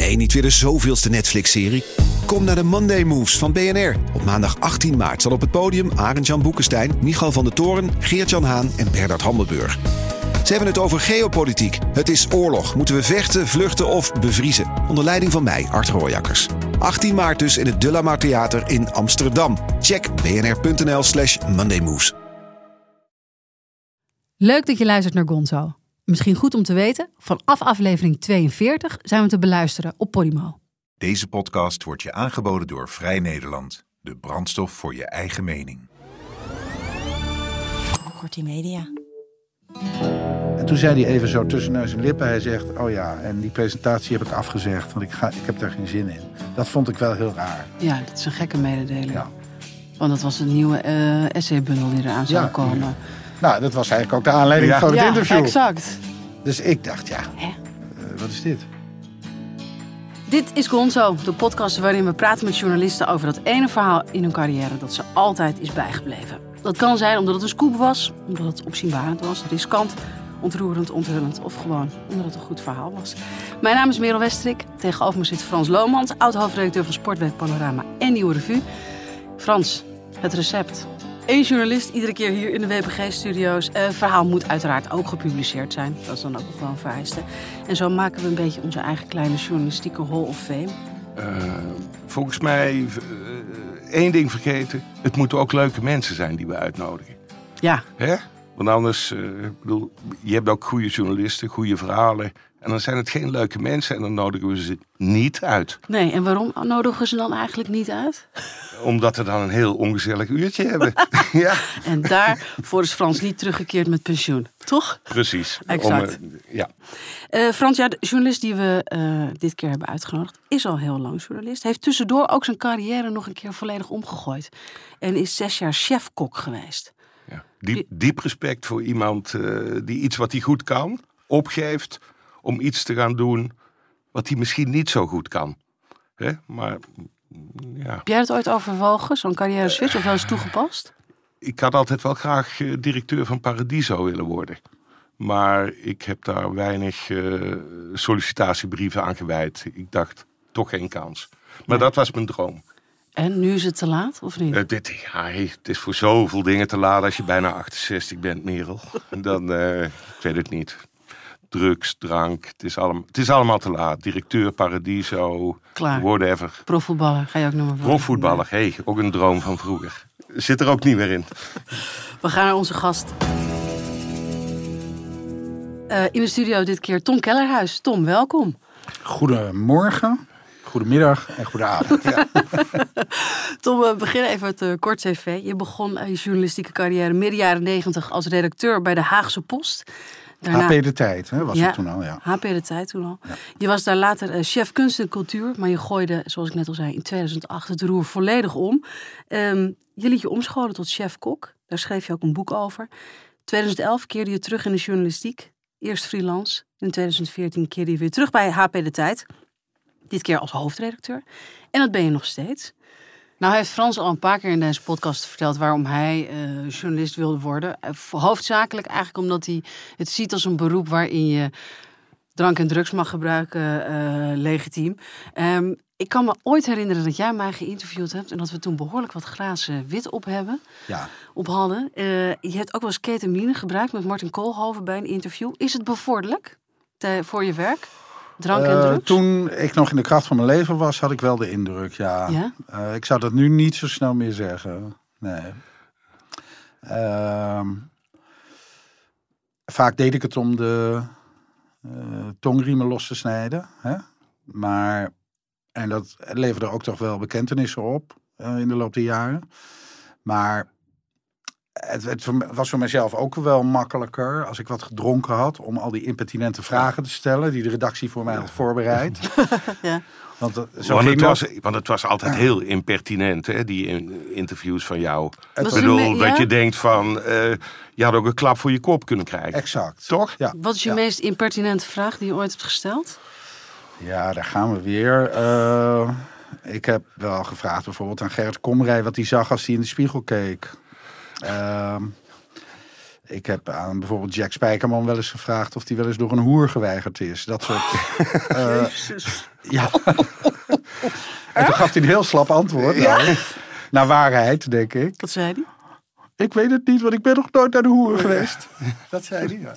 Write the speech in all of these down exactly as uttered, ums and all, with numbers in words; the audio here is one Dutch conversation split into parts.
Nee, niet weer de zoveelste Netflix-serie. Kom naar de Monday Moves van B N R. Op maandag achttien maart zal op het podium Arend-Jan Boekenstein, Michal van der Toren, Geert-Jan Haan en Bernard Hammelburg. Ze hebben het over geopolitiek. Het is oorlog. Moeten we vechten, vluchten of bevriezen? Onder leiding van mij, Art Rooijakkers. achttien maart dus in het De La Mar Theater in Amsterdam. Check bnr.nl slash Monday Moves. Leuk dat je luistert naar Gonzo. Misschien goed om te weten, vanaf aflevering tweeënveertig zijn we te beluisteren op Podimo. Deze podcast wordt je aangeboden door Vrij Nederland. De brandstof voor je eigen mening. Kortie Media. En toen zei hij even zo tussen neus en lippen. Hij zegt, oh ja, en die presentatie heb ik afgezegd. Want ik, ga, ik heb daar geen zin in. Dat vond ik wel heel raar. Ja, dat is een gekke mededeling. Ja. Want dat was een nieuwe uh, essaybundel die eraan zou Ja. komen. Nou, dat was eigenlijk ook de aanleiding Ja. van het ja, interview. exact. Dus ik dacht, ja, Hè? uh, wat is dit? Dit is Gonzo, de podcast waarin we praten met journalisten over dat ene verhaal in hun carrière dat ze altijd is bijgebleven. Dat kan zijn omdat het een scoop was, omdat het opzienbarend was, riskant, ontroerend, onthullend of gewoon omdat het een goed verhaal was. Mijn naam is Merel Westrik. Tegenover me zit Frans Lomans, oud-hoofdredacteur van Sportweek Panorama en Nieuwe Revue. Frans, het recept. Eén journalist, iedere keer hier in de W P G-studio's. Het verhaal moet uiteraard ook gepubliceerd zijn. Dat is dan ook nog wel een vereiste. En zo maken we een beetje onze eigen kleine journalistieke Hall of Fame. Uh, volgens mij, uh, één ding vergeten. Het moeten ook leuke mensen zijn die we uitnodigen. Ja. Hè? Want anders, uh, ik bedoel, je hebt ook goede journalisten, goede verhalen. En dan zijn het geen leuke mensen en dan nodigen we ze niet uit. Nee, en waarom nodigen we ze dan eigenlijk niet uit? Omdat we dan een heel ongezellig uurtje hebben. Ja. En daarvoor is Frans niet teruggekeerd met pensioen, toch? Precies. Exact. Om, uh, ja. Uh, Frans, ja, de journalist die we uh, dit keer hebben uitgenodigd is al heel lang journalist. Heeft tussendoor ook zijn carrière nog een keer volledig omgegooid. En is zes jaar chefkok geweest. Ja. Diep, diep respect voor iemand uh, die iets wat hij goed kan, opgeeft om iets te gaan doen wat hij misschien niet zo goed kan. Hè? Maar ja. Heb jij het ooit overwogen, zo'n carrière switch, of wel eens toegepast? Ik had altijd wel graag uh, directeur van Paradiso willen worden. Maar ik heb daar weinig uh, sollicitatiebrieven aan gewijd. Ik dacht, toch geen kans. Maar nee. Dat was mijn droom. En nu is het te laat, of niet? Uh, dit, ja, hey, het is voor zoveel dingen te laat als je bijna achtenzestig bent, Merel. Dan, uh, ik weet het niet. Drugs, drank, het is, allemaal, het is allemaal te laat. Directeur, Paradiso, Klaar. whatever. Profvoetballer, ga je ook noemen. Profvoetballer, hé, hey, ook een droom van vroeger. Zit er ook niet meer in. We gaan naar onze gast. Uh, in de studio dit keer Tom Kellerhuis. Tom, welkom. Goedemorgen, goedemiddag en goedenavond. Ja. Tom, we beginnen even met uh, kort cv. Je begon uh, je journalistieke carrière midden jaren negentig als redacteur bij de Haagse Post. Daarna, H P de Tijd, hè, was ja, het toen al. Ja. H P de Tijd toen al. Ja. Je was daar later uh, chef kunst en cultuur. Maar je gooide, zoals ik net al zei, in tweeduizend acht het roer volledig om. Um, je liet je omscholen tot chef-kok. Daar schreef je ook een boek over. tweeduizend elf keerde je terug in de journalistiek. Eerst freelance. In tweeduizend veertien keerde je weer terug bij H P de Tijd. Dit keer als hoofdredacteur. En dat ben je nog steeds. Nou heeft Frans al een paar keer in deze podcast verteld waarom hij uh, journalist wilde worden. Uh, hoofdzakelijk eigenlijk omdat hij het ziet als een beroep waarin je drank en drugs mag gebruiken, uh, legitiem. Um, ik kan me ooit herinneren dat jij mij geïnterviewd hebt en dat we toen behoorlijk wat glazen wit op hebben, ja. op hadden. Uh, je hebt ook wel eens ketamine gebruikt met Martin Koolhoven bij een interview. Is het bevorderlijk te, voor je werk? Drank en drugs? Uh, toen ik nog in de kracht van mijn leven was, had ik wel de indruk, ja. ja? Uh, ik zou dat nu niet zo snel meer zeggen. Nee. Uh, vaak deed ik het om de uh, tongriemen los te snijden. Hè? Maar, en dat leverde ook toch wel bekentenissen op uh, in de loop der jaren. Maar Het, het was voor mijzelf ook wel makkelijker, als ik wat gedronken had, om al die impertinente vragen te stellen die de redactie voor mij had voorbereid. ja. Want, zo want, het was, want het was altijd ja. heel impertinent, hè, die in, interviews van jou. Ik bedoel, me, ja? dat je denkt van, uh, je had ook een klap voor je kop kunnen krijgen. Exact. Toch? Ja. Wat is je ja. meest impertinente vraag die je ooit hebt gesteld? Ja, daar gaan we weer. Uh, ik heb wel gevraagd bijvoorbeeld aan Gerrit Komrij wat hij zag als hij in de spiegel keek. Uh, Ik heb aan bijvoorbeeld Jack Spijkerman wel eens gevraagd of hij wel eens door een hoer geweigerd is. Dat soort. Uh, ja. En toen gaf hij een heel slap antwoord. Ja. Nou, naar waarheid, denk ik. Wat zei hij? Ik weet het niet, want ik ben nog nooit naar de hoer geweest. Dat zei hij, ja.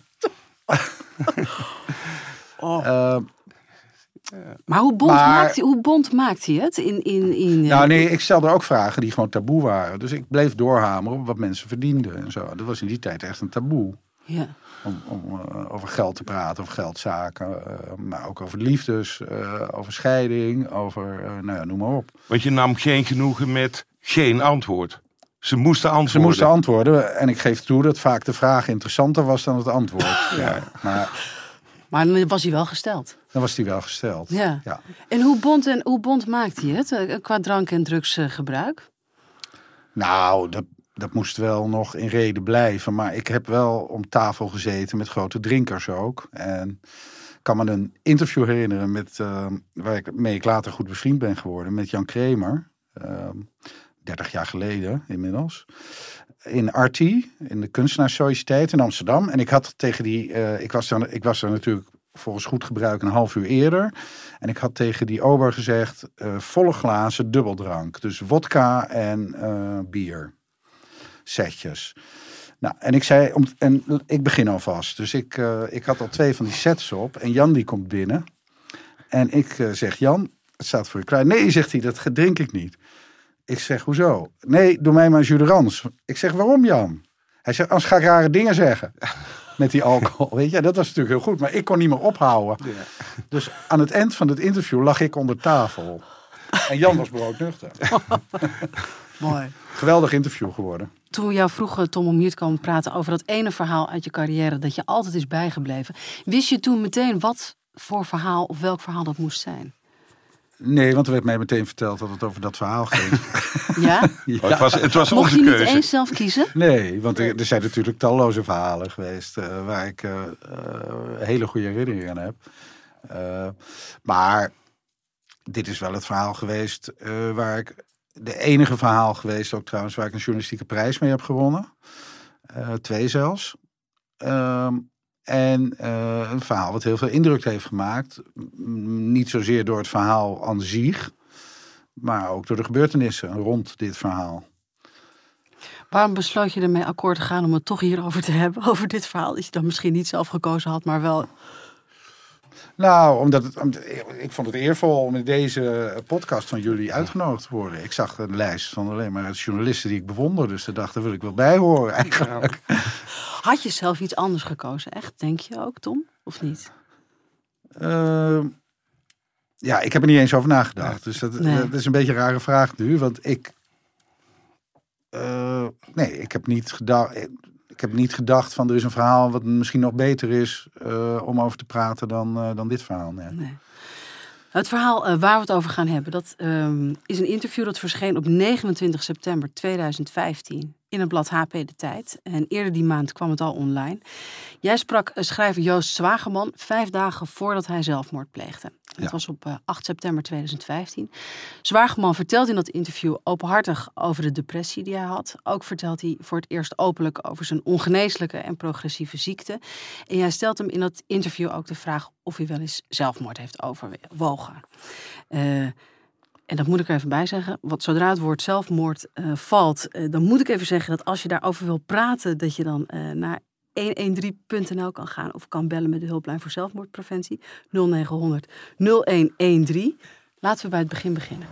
Oh. Uh, maar hoe bond, maar, maakt, hij, hoe bond maakt hij het? In, in, in, nou nee, ik stelde ook vragen die gewoon taboe waren. Dus ik bleef doorhameren op wat mensen verdienden en zo. Dat was in die tijd echt een taboe. Ja. Om, om uh, over geld te praten, over geldzaken. Uh, maar ook over liefdes, uh, over scheiding, over, uh, nou ja, noem maar op. Want je nam geen genoegen met geen antwoord. Ze moesten antwoorden. Ze moesten antwoorden. En ik geef toe dat vaak de vraag interessanter was dan het antwoord. Ja. Ja, maar... Maar dan was hij wel gesteld. Dan was hij wel gesteld. Ja. Ja. En hoe bond, en hoe bond maakt hij het qua drank- en drugsgebruik? Nou, dat, dat moest wel nog in reden blijven. Maar ik heb wel om tafel gezeten met grote drinkers ook. En ik kan me een interview herinneren met, uh, waar ik mee ik later goed bevriend ben geworden. Met Jan Kramer. Uh, dertig jaar geleden inmiddels. In Artie, in de Kunstenaarssociëteit in Amsterdam. En ik had tegen die, uh, ik, was dan, ik was er natuurlijk volgens goed gebruik een half uur eerder. En ik had tegen die ober gezegd, uh, volle glazen dubbeldrank. Dus wodka en uh, bier. Setjes. Nou, en ik zei, om, en ik begin alvast. Dus ik, uh, ik had al twee van die sets op. En Jan die komt binnen. En ik uh, zeg, Jan, het staat voor je klaar. Nee, zegt hij, dat drink ik niet. Ik zeg, hoezo? Nee, doe mij maar een jus d'orange. Ik zeg, waarom Jan? Hij zegt, anders ga ik rare dingen zeggen. Met die alcohol. Weet je, dat was natuurlijk heel goed. Maar ik kon niet meer ophouden. Ja. Dus aan het eind van het interview lag ik onder tafel. En Jan was broodnuchter. Mooi. Geweldig interview geworden. Toen we jou vroegen, Tom, om hier te komen praten over dat ene verhaal uit je carrière dat je altijd is bijgebleven. Wist je toen meteen wat voor verhaal of welk verhaal dat moest zijn? Nee, want er werd mij meteen verteld dat het over dat verhaal ging. Ja? Ja. Het was, het was Mocht onze je niet keuze. eens zelf kiezen? Nee, want er, er zijn natuurlijk talloze verhalen geweest uh, waar ik uh, uh, hele goede herinneringen aan heb. Uh, maar dit is wel het verhaal geweest uh, waar ik... De enige verhaal geweest ook trouwens waar ik een journalistieke prijs mee heb gewonnen. Uh, twee zelfs. Uh, En uh, een verhaal wat heel veel indruk heeft gemaakt. Niet zozeer door het verhaal aan zich, maar ook door de gebeurtenissen rond dit verhaal. Waarom besloot je ermee akkoord te gaan om het toch hierover te hebben? Over dit verhaal dat je dan misschien niet zelf gekozen had, maar wel... Nou, omdat het, ik vond het eervol om in deze podcast van jullie uitgenodigd te worden. Ik zag een lijst van alleen maar journalisten die ik bewonder. Dus daar dacht, daar wil ik wel bij horen eigenlijk. Had je zelf iets anders gekozen? Echt, denk je ook, Tom? Of niet? Uh, ja, ik heb er niet eens over nagedacht. Dus dat, nee. dat is een beetje een rare vraag nu. Want ik... Uh, nee, ik heb niet gedacht... Ik heb niet gedacht van er is een verhaal wat misschien nog beter is uh, om over te praten dan, uh, dan dit verhaal. Nee. Nee. Het verhaal uh, waar we het over gaan hebben, dat um, is een interview dat verscheen op negenentwintig september tweeduizend vijftien in het blad H P De Tijd. En eerder die maand kwam het al online. Jij sprak uh, schrijver Joost Zwageman vijf dagen voordat hij zelfmoord pleegde. Dat ja. was op uh, acht september tweeduizend vijftien. Zwageman vertelt in dat interview openhartig over de depressie die hij had. Ook vertelt hij voor het eerst openlijk over zijn ongeneeslijke en progressieve ziekte. En jij stelt hem in dat interview ook de vraag of hij wel eens zelfmoord heeft overwogen. Uh, en dat moet ik er even bij zeggen. Want zodra het woord zelfmoord uh, valt, uh, dan moet ik even zeggen dat als je daarover wil praten, dat je dan uh, naar honderddertien punt n l kan gaan of kan bellen met de hulplijn voor zelfmoordpreventie nul negen honderd nul een een drie. Laten we bij het begin beginnen.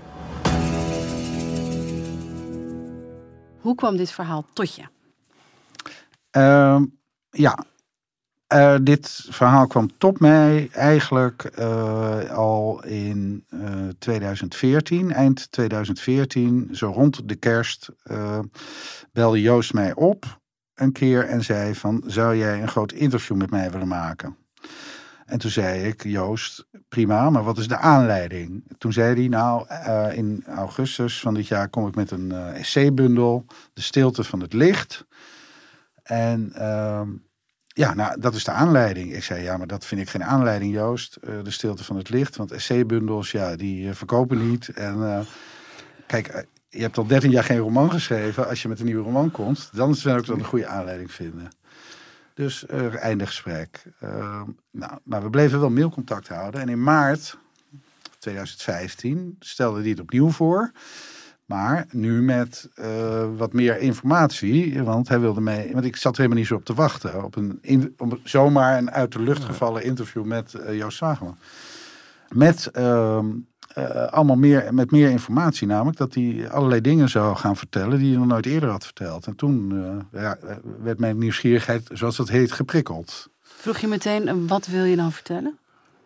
Hoe kwam dit verhaal tot je? Uh, ja, uh, dit verhaal kwam tot mij eigenlijk uh, al in uh, tweeduizend veertien. Eind tweeduizend veertien, zo rond de kerst, uh, belde Joost mij op een keer en zei van, zou jij een groot interview met mij willen maken? En toen zei ik, Joost, prima, maar wat is de aanleiding? Toen zei hij, nou, uh, in augustus van dit jaar kom ik met een uh, essaybundel, De Stilte van het Licht. En uh, ja, nou, dat is de aanleiding. Ik zei, ja, maar dat vind ik geen aanleiding, Joost, uh, De Stilte van het Licht. Want essaybundels, ja, die uh, verkopen niet. En uh, kijk... Uh, je hebt al dertien jaar geen roman geschreven. Als je met een nieuwe roman komt, dan zou ik dat een goede aanleiding vinden. Dus uh, einde gesprek. Uh, nou, maar we bleven wel mailcontact houden. En in maart twintig vijftien stelde hij het opnieuw voor. Maar nu met uh, wat meer informatie. Want hij wilde mee. Want ik zat er helemaal niet zo op te wachten. Op een in, op zomaar een uit de lucht gevallen interview met uh, Joost Zwageman. Met uh, uh, allemaal meer, met meer informatie. Namelijk dat hij allerlei dingen zou gaan vertellen die hij nog nooit eerder had verteld. En toen uh, ja, werd mijn nieuwsgierigheid, zoals dat heet, geprikkeld. Vroeg je meteen, wat wil je nou vertellen?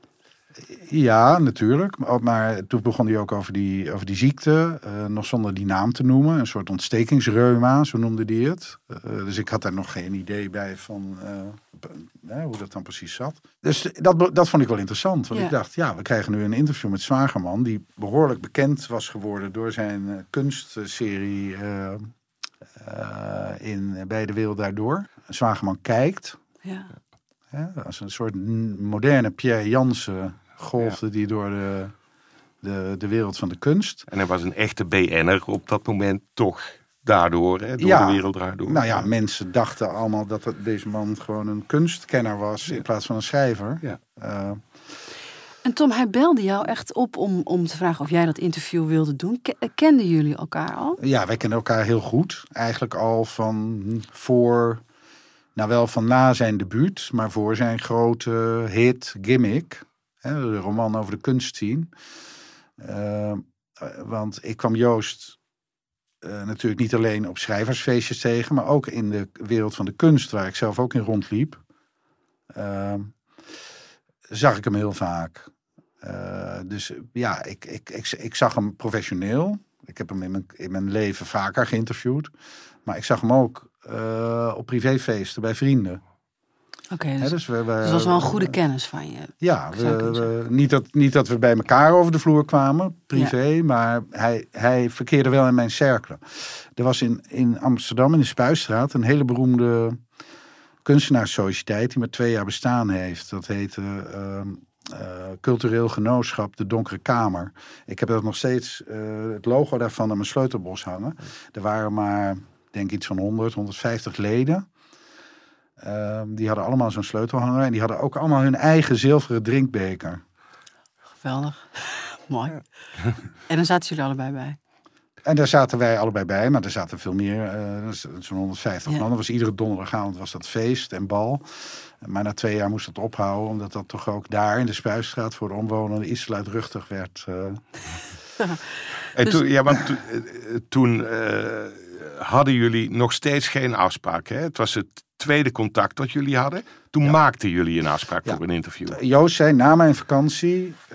Ja, natuurlijk. Maar, maar toen begon hij ook over die, over die ziekte. Uh, nog zonder die naam te noemen. Een soort ontstekingsreuma, zo noemde hij het. Uh, dus ik had daar nog geen idee bij van uh, uh, hoe dat dan precies zat. Dus dat, dat vond ik wel interessant. Want ja. ik dacht, ja, we krijgen nu een interview met Zwageman. Die behoorlijk bekend was geworden door zijn uh, kunstserie uh, uh, in, bij De Wereld Daardoor. Zwageman kijkt. Ja. Ja, als een soort moderne Pierre Jansen golfde ja. die door de, de, de wereld van de kunst. En hij was een echte B N'er op dat moment toch daardoor, hè, door ja, de wereld daardoor. Nou ja, mensen dachten allemaal dat het, deze man gewoon een kunstkenner was ja. in plaats van een schrijver. Ja. Uh, en Tom, hij belde jou echt op om, om te vragen of jij dat interview wilde doen. K- kenden jullie elkaar al? Ja, wij kenden elkaar heel goed. Eigenlijk al van voor... Nou, wel van na zijn debuut, maar voor zijn grote hit Gimmick. Hè, de roman over de kunstscene. Uh, want ik kwam Joost uh, natuurlijk niet alleen op schrijversfeestjes tegen, maar ook in de wereld van de kunst, waar ik zelf ook in rondliep. Uh, zag ik hem heel vaak. Uh, dus ja, ik, ik, ik, ik zag hem professioneel. Ik heb hem in mijn, in mijn leven vaker geïnterviewd. Maar ik zag hem ook uh, op privéfeesten bij vrienden. Oké, okay, dus, He, dus, we, we, dus dat was wel een goede kennis van je. Ja, we, we, niet, dat, niet dat we bij elkaar over de vloer kwamen, privé. Ja. Maar hij, hij verkeerde wel in mijn cirkelen. Er was in, in Amsterdam, in de Spuistraat, een hele beroemde kunstenaarssociëteit die maar twee jaar bestaan heeft. Dat heette uh, uh, Cultureel Genootschap De Donkere Kamer. Ik heb dat nog steeds, uh, het logo daarvan aan mijn sleutelbos hangen. Er waren maar... Ik denk iets van honderd, honderdvijftig leden. Uh, die hadden allemaal zo'n sleutelhanger. En die hadden ook allemaal hun eigen zilveren drinkbeker. Geweldig. Mooi. Ja. En dan zaten jullie allebei bij? En daar zaten wij allebei bij. Maar er zaten veel meer. Uh, zo'n honderdvijftig ja. man. Dat was iedere donderdagavond was dat feest en bal. Maar na twee jaar moest dat ophouden. Omdat dat toch ook daar in de Spuistraat voor de omwonenden iets luidruchtig werd. Uh. en dus, toen, ja, want to, uh, toen... Uh, hadden jullie nog steeds geen afspraak. Hè? Het was het tweede contact dat jullie hadden. Toen ja. maakten jullie een afspraak ja. voor een interview. Joost zei na mijn vakantie, uh,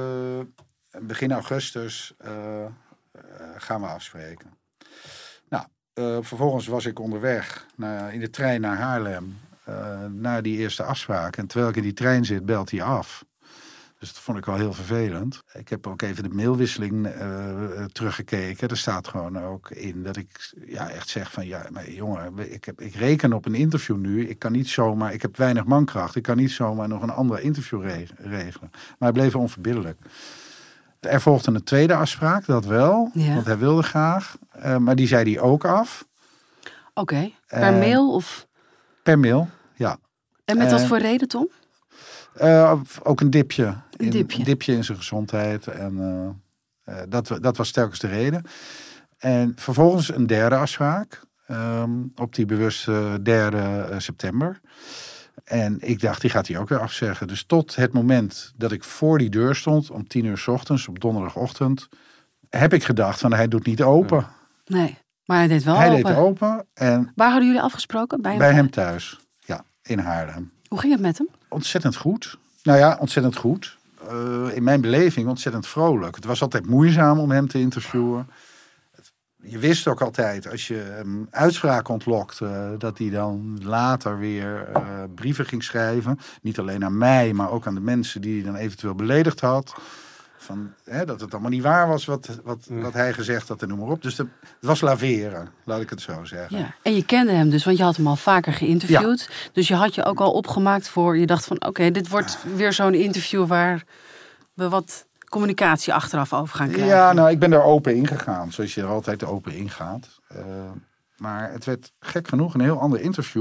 begin augustus, uh, uh, gaan we afspreken. Nou, uh, vervolgens was ik onderweg naar, in de trein naar Haarlem. Uh, naar die eerste afspraak. En terwijl ik in die trein zit, belt hij af. Dus dat vond ik wel heel vervelend. Ik heb ook even de mailwisseling uh, teruggekeken. Er staat gewoon ook in dat ik ja, echt zeg van... ja, maar jongen, ik, heb, ik reken op een interview nu. Ik kan niet zomaar... Ik heb weinig mankracht. Ik kan niet zomaar nog een ander interview re- regelen. Maar hij bleef onverbiddelijk. Er volgde een tweede afspraak, dat wel. Ja. Want hij wilde graag. Uh, maar die zei hij ook af. Oké, okay. Per uh, mail of... Per mail, ja. En met uh, wat voor reden, Tom? Uh, ook een dipje. Een dipje. In, een dipje in zijn gezondheid. En uh, uh, dat, dat was telkens de reden. En vervolgens een derde afspraak. Um, op die bewuste derde september. En ik dacht, die gaat hij ook weer afzeggen. Dus tot het moment dat ik voor die deur stond, om tien uur 's ochtends, op donderdagochtend, heb ik gedacht van hij doet niet open. Nee, maar hij deed wel hij open. Hij deed open. En waar hadden jullie afgesproken? Bij hem, bij hem thuis. Ja, in Haarlem. Hoe ging het met hem? Ontzettend goed. Nou ja, ontzettend goed. Uh, in mijn beleving ontzettend vrolijk. Het was altijd moeizaam om hem te interviewen. Je wist ook altijd, als je hem uitspraak ontlokte, dat hij dan later weer uh, brieven ging schrijven. Niet alleen aan mij, maar ook aan de mensen die hij dan eventueel beledigd had. Van, hè, dat het allemaal niet waar was wat, wat, wat hij gezegd had en noem maar op. Dus de, het was laveren, laat ik het zo zeggen. Ja. En je kende hem dus, want je had hem al vaker geïnterviewd. Ja. Dus je had je ook al opgemaakt voor, je dacht van oké, okay, dit wordt weer zo'n interview waar we wat communicatie achteraf over gaan krijgen. Ja, nou, ik ben daar open ingegaan, zoals je er altijd open ingaat. Uh, maar het werd gek genoeg een heel ander interview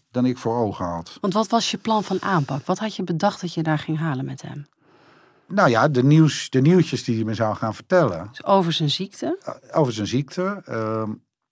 dan ik voor ogen had. Want wat was je plan van aanpak? Wat had je bedacht dat je daar ging halen met hem? Nou ja, de, nieuws, de nieuwtjes die hij me zou gaan vertellen. Dus over zijn ziekte? Over zijn ziekte. Uh,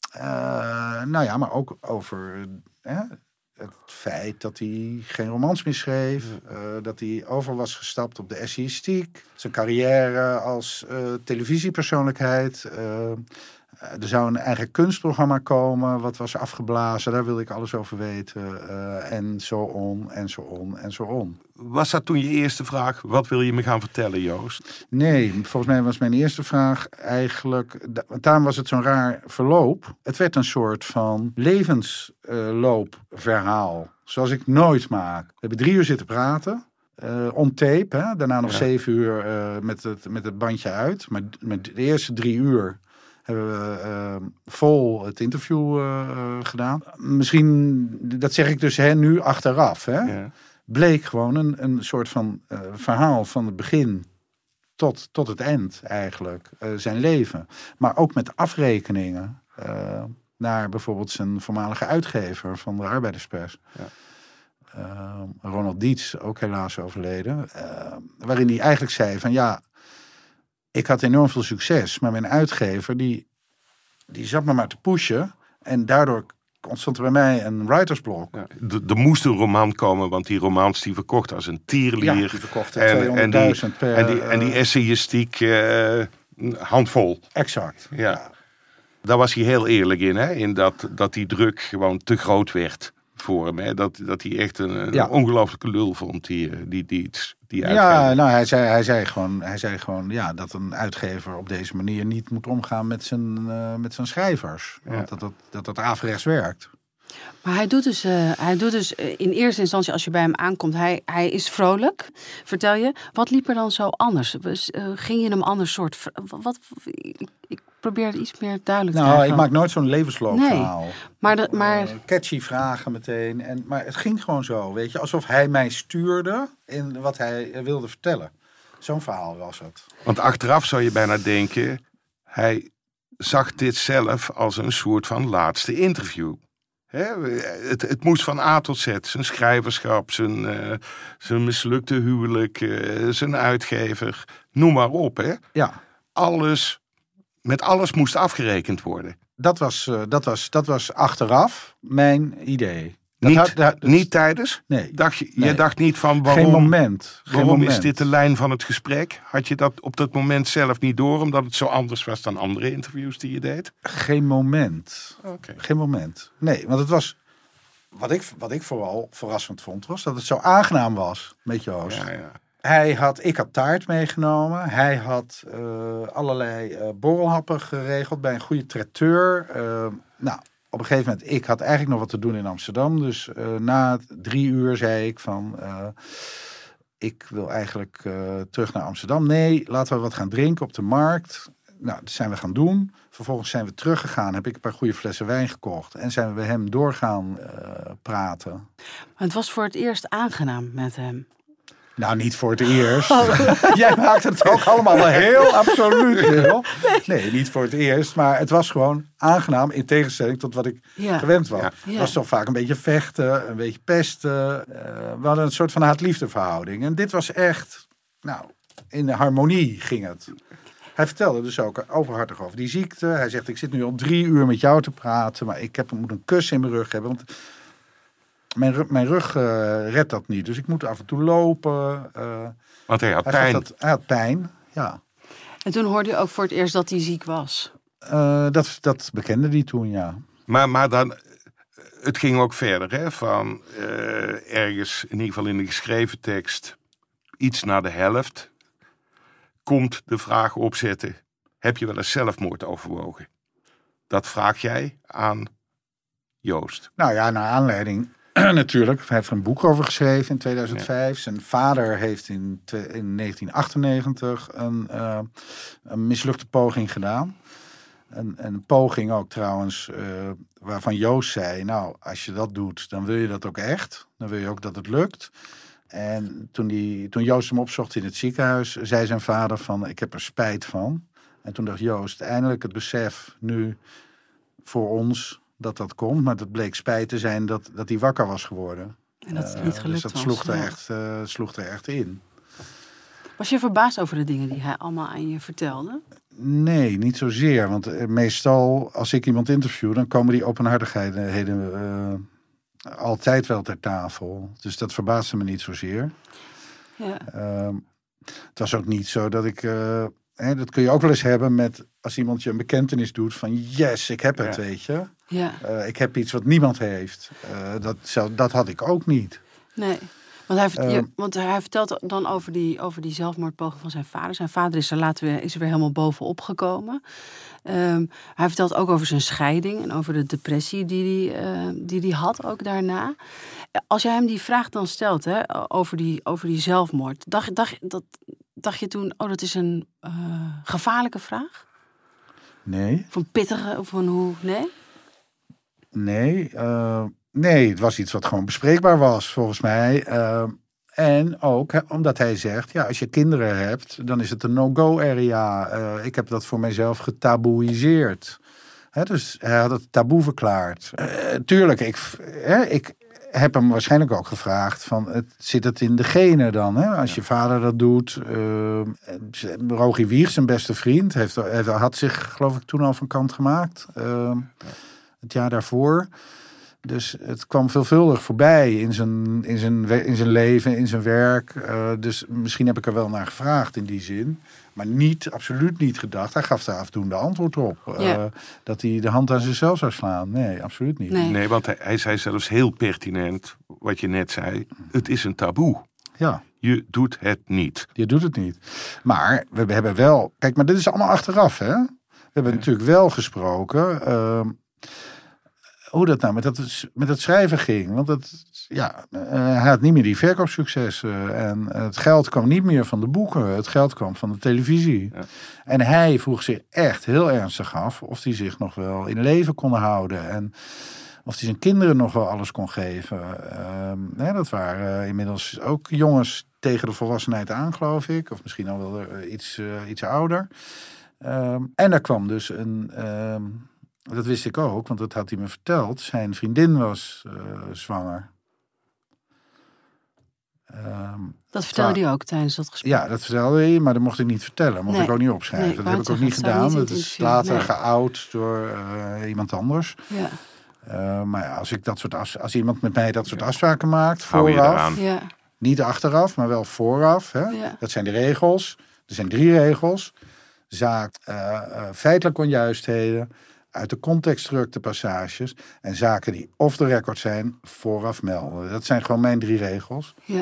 uh, nou ja, maar ook over uh, het feit dat hij geen romans meer schreef. Uh, dat hij over was gestapt op de essayistiek. Zijn carrière als uh, televisiepersoonlijkheid. Uh, Er zou een eigen kunstprogramma komen, wat was afgeblazen. Daar wilde ik alles over weten. Uh, en zo on, en zo on, en zo on. Was dat toen je eerste vraag, wat wil je me gaan vertellen, Joost? Nee, volgens mij was mijn eerste vraag eigenlijk... Want daarom was het zo'n raar verloop. Het werd een soort van levensloopverhaal. Uh, zoals ik nooit maak. We hebben drie uur zitten praten. Uh, on tape, hè? Daarna nog ja. zeven uur uh, met, het, met het bandje uit. Maar met de eerste drie uur... hebben we uh, vol het interview uh, gedaan. Misschien, dat zeg ik dus hè, nu achteraf. Hè, ja. Bleek gewoon een, een soort van uh, verhaal van het begin tot, tot het eind eigenlijk. Uh, zijn leven. Maar ook met afrekeningen uh, naar bijvoorbeeld zijn voormalige uitgever van de Arbeiderspers. Ja. Uh, Ronald Dietz, ook helaas overleden. Uh, waarin hij eigenlijk zei van ja... Ik had enorm veel succes, maar mijn uitgever die, die zat me maar te pushen. En daardoor ontstond er bij mij een writersblok. Ja, er moest een roman komen, want die romans die verkochten als een tierlier. Ja, die verkochten tweehonderdduizend per... En die, en die essayistiek uh, handvol. Exact. Ja. Ja. Daar was hij heel eerlijk in, hè? In dat, dat die druk gewoon te groot werd voor hem. Hè? Dat, dat hij echt een, een ja. ongelooflijke lul vond, die, die, die, die uitgever. Ja, nou, hij zei, hij, zei gewoon, hij zei gewoon ja, dat een uitgever op deze manier niet moet omgaan met zijn, uh, met zijn schrijvers. Ja. Want dat dat, dat dat averechts werkt. Maar hij doet dus, uh, hij doet dus uh, in eerste instantie, als je bij hem aankomt, hij, hij is vrolijk. Vertel je, wat liep er dan zo anders? Uh, ging je hem ander soort... Wat, wat, ik, ik probeer het iets meer duidelijk te maken. Nou, ik maak nooit zo'n levensloopverhaal. Nee, maar... De, maar... Uh, catchy vragen meteen. En, maar het ging gewoon zo, weet je. Alsof hij mij stuurde in wat hij wilde vertellen. Zo'n verhaal was het. Want achteraf zou je bijna denken, hij zag dit zelf als een soort van laatste interview. He, het, het moest van A tot Z. Zijn schrijverschap, zijn, uh, zijn mislukte huwelijk, uh, zijn uitgever. Noem maar op. Hè. Ja. Alles, met alles moest afgerekend worden. Dat was, uh, dat was, dat was achteraf mijn idee. Dat Niet, had, dat, dat, niet tijdens? Nee. Dacht je, nee. je dacht niet van waarom, Geen moment. Geen waarom moment. is dit de lijn van het gesprek? Had je dat op dat moment zelf niet door, omdat het zo anders was dan andere interviews die je deed? Geen moment. Okay. Geen moment. Nee, want het was... Wat ik, wat ik vooral verrassend vond, was dat het zo aangenaam was met Joost. Ja, ja. Hij had, ik had taart meegenomen. Hij had uh, allerlei uh, borrelhappen geregeld bij een goede traiteur. Uh, nou... Op een gegeven moment, ik had eigenlijk nog wat te doen in Amsterdam. Dus uh, na drie uur zei ik van... Uh, ik wil eigenlijk uh, terug naar Amsterdam. Nee, laten we wat gaan drinken op de markt. Nou, dat zijn we gaan doen. Vervolgens zijn we teruggegaan. Heb ik een paar goede flessen wijn gekocht. En zijn we bij hem doorgaan uh, praten. Maar het was voor het eerst aangenaam met hem. Nou, niet voor het eerst. Oh. Jij maakt het ook allemaal wel heel absoluut. Heel. Nee, niet voor het eerst. Maar het was gewoon aangenaam in tegenstelling tot wat ik ja. gewend was. Ja. Het was toch vaak een beetje vechten, een beetje pesten. Uh, we hadden een soort van haat-liefde verhouding. En dit was echt, nou, in de harmonie ging het. Hij vertelde dus ook overhartig over die ziekte. Hij zegt, ik zit nu al drie uur met jou te praten. Maar ik heb, moet een kus in mijn rug hebben. Want... Mijn rug, mijn rug uh, redt dat niet. Dus ik moet af en toe lopen. Uh, Want hij had hij pijn. Dat, hij had pijn, ja. En toen hoorde je ook voor het eerst dat hij ziek was? Uh, dat, dat bekende hij toen, ja. Maar, maar dan, het ging ook verder, hè? Van uh, ergens, in ieder geval in de geschreven tekst, iets na de helft, komt de vraag opzetten, heb je wel eens zelfmoord overwogen? Dat vraag jij aan Joost. Nou ja, naar aanleiding... Natuurlijk, hij heeft er een boek over geschreven in tweeduizend vijf. Ja. Zijn vader heeft in, in negentien achtennegentig een, uh, een mislukte poging gedaan. Een, een poging ook trouwens, uh, waarvan Joost zei... nou, als je dat doet, dan wil je dat ook echt. Dan wil je ook dat het lukt. En toen, die, toen Joost hem opzocht in het ziekenhuis... zei zijn vader van, ik heb er spijt van. En toen dacht Joost, eindelijk het besef nu voor ons... dat dat komt. Maar dat bleek spijt te zijn dat, dat hij wakker was geworden. En dat het Uh, niet gelukt dus dat was. sloeg er, Ja. echt, uh, sloeg er echt in. Was je verbaasd over de dingen die hij allemaal aan je vertelde? Nee, niet zozeer. Want uh, meestal als ik iemand interview, dan komen die openhartigheden uh, altijd wel ter tafel. Dus dat verbaasde me niet zozeer. Ja. Uh, het was ook niet zo dat ik... Uh, hè, dat kun je ook wel eens hebben met als iemand je een bekentenis doet van yes, ik heb het, ja. weet je. Ja. Uh, ik heb iets wat niemand heeft. Uh, dat, dat had ik ook niet. Nee. Want hij, vert, Uh, je, want hij vertelt dan over die, over die zelfmoordpoging van zijn vader. Zijn vader is er later weer, is er weer helemaal bovenop gekomen. Um, hij vertelt ook over zijn scheiding en over de depressie die hij, uh, die hij had ook daarna. Als jij hem die vraag dan stelt, hè, over, die, over die zelfmoord, dacht, dacht, dat, dacht je toen, oh, dat is een uh, gevaarlijke vraag? Nee. Of een pittige, of een hoe, nee? Nee, uh, nee, het was iets wat gewoon bespreekbaar was, volgens mij. Uh, en ook he, omdat hij zegt, ja, als je kinderen hebt, dan is het een no-go area. Uh, ik heb dat voor mijzelf getaboeiseerd. Hè, dus hij had het taboe verklaard. Uh, tuurlijk, ik, hè, ik heb hem waarschijnlijk ook gevraagd van, het, zit het in de genen dan? Hè? Als je vader dat doet. Uh, Rogier Wieg, zijn beste vriend, heeft, heeft, had zich, geloof ik, toen al van kant gemaakt. Uh, het jaar daarvoor. Dus het kwam veelvuldig voorbij in zijn, in zijn, in zijn leven, in zijn werk. Uh, dus misschien heb ik er wel naar gevraagd in die zin. Maar niet, absoluut niet gedacht. Hij gaf daar afdoende antwoord op. Uh, ja. Dat hij de hand aan zichzelf zou slaan. Nee, absoluut niet. Nee, nee want hij, hij zei zelfs heel pertinent, wat je net zei. Het is een taboe. Ja. Je doet het niet. Je doet het niet. Maar we hebben wel... Kijk, maar dit is allemaal achteraf, hè? We hebben ja. natuurlijk wel gesproken... Uh, hoe dat nou met dat, met dat schrijven ging. Want het, ja, uh, hij had niet meer die verkoopsuccessen. En het geld kwam niet meer van de boeken. Het geld kwam van de televisie. Ja. En hij vroeg zich echt heel ernstig af of hij zich nog wel in leven kon houden. En of hij zijn kinderen nog wel alles kon geven. Uh, nee, dat waren uh, inmiddels ook jongens tegen de volwassenheid aan, geloof ik. Of misschien al wel uh, iets, uh, iets ouder. Uh, en daar kwam dus een... Uh, Dat wist ik ook, want dat had hij me verteld. Zijn vriendin was uh, zwanger. Um, dat vertelde hij ook tijdens dat gesprek? Ja, dat vertelde hij, maar dat mocht ik niet vertellen. Dat mocht nee. ik ook niet opschrijven. Nee, dat heb ik ook niet gedaan. Dat is later nee. geout door uh, iemand anders. Ja. Uh, maar ja, als, ik dat soort af, als iemand met mij dat soort afspraken maakt, vooraf. Ja. Niet achteraf, maar wel vooraf. Hè? Ja. Dat zijn de regels. Er zijn drie regels. Zaak, uh, uh, feitelijke onjuistheden... uit de context terug de passages en zaken die off the record zijn, vooraf melden. Dat zijn gewoon mijn drie regels. Ja.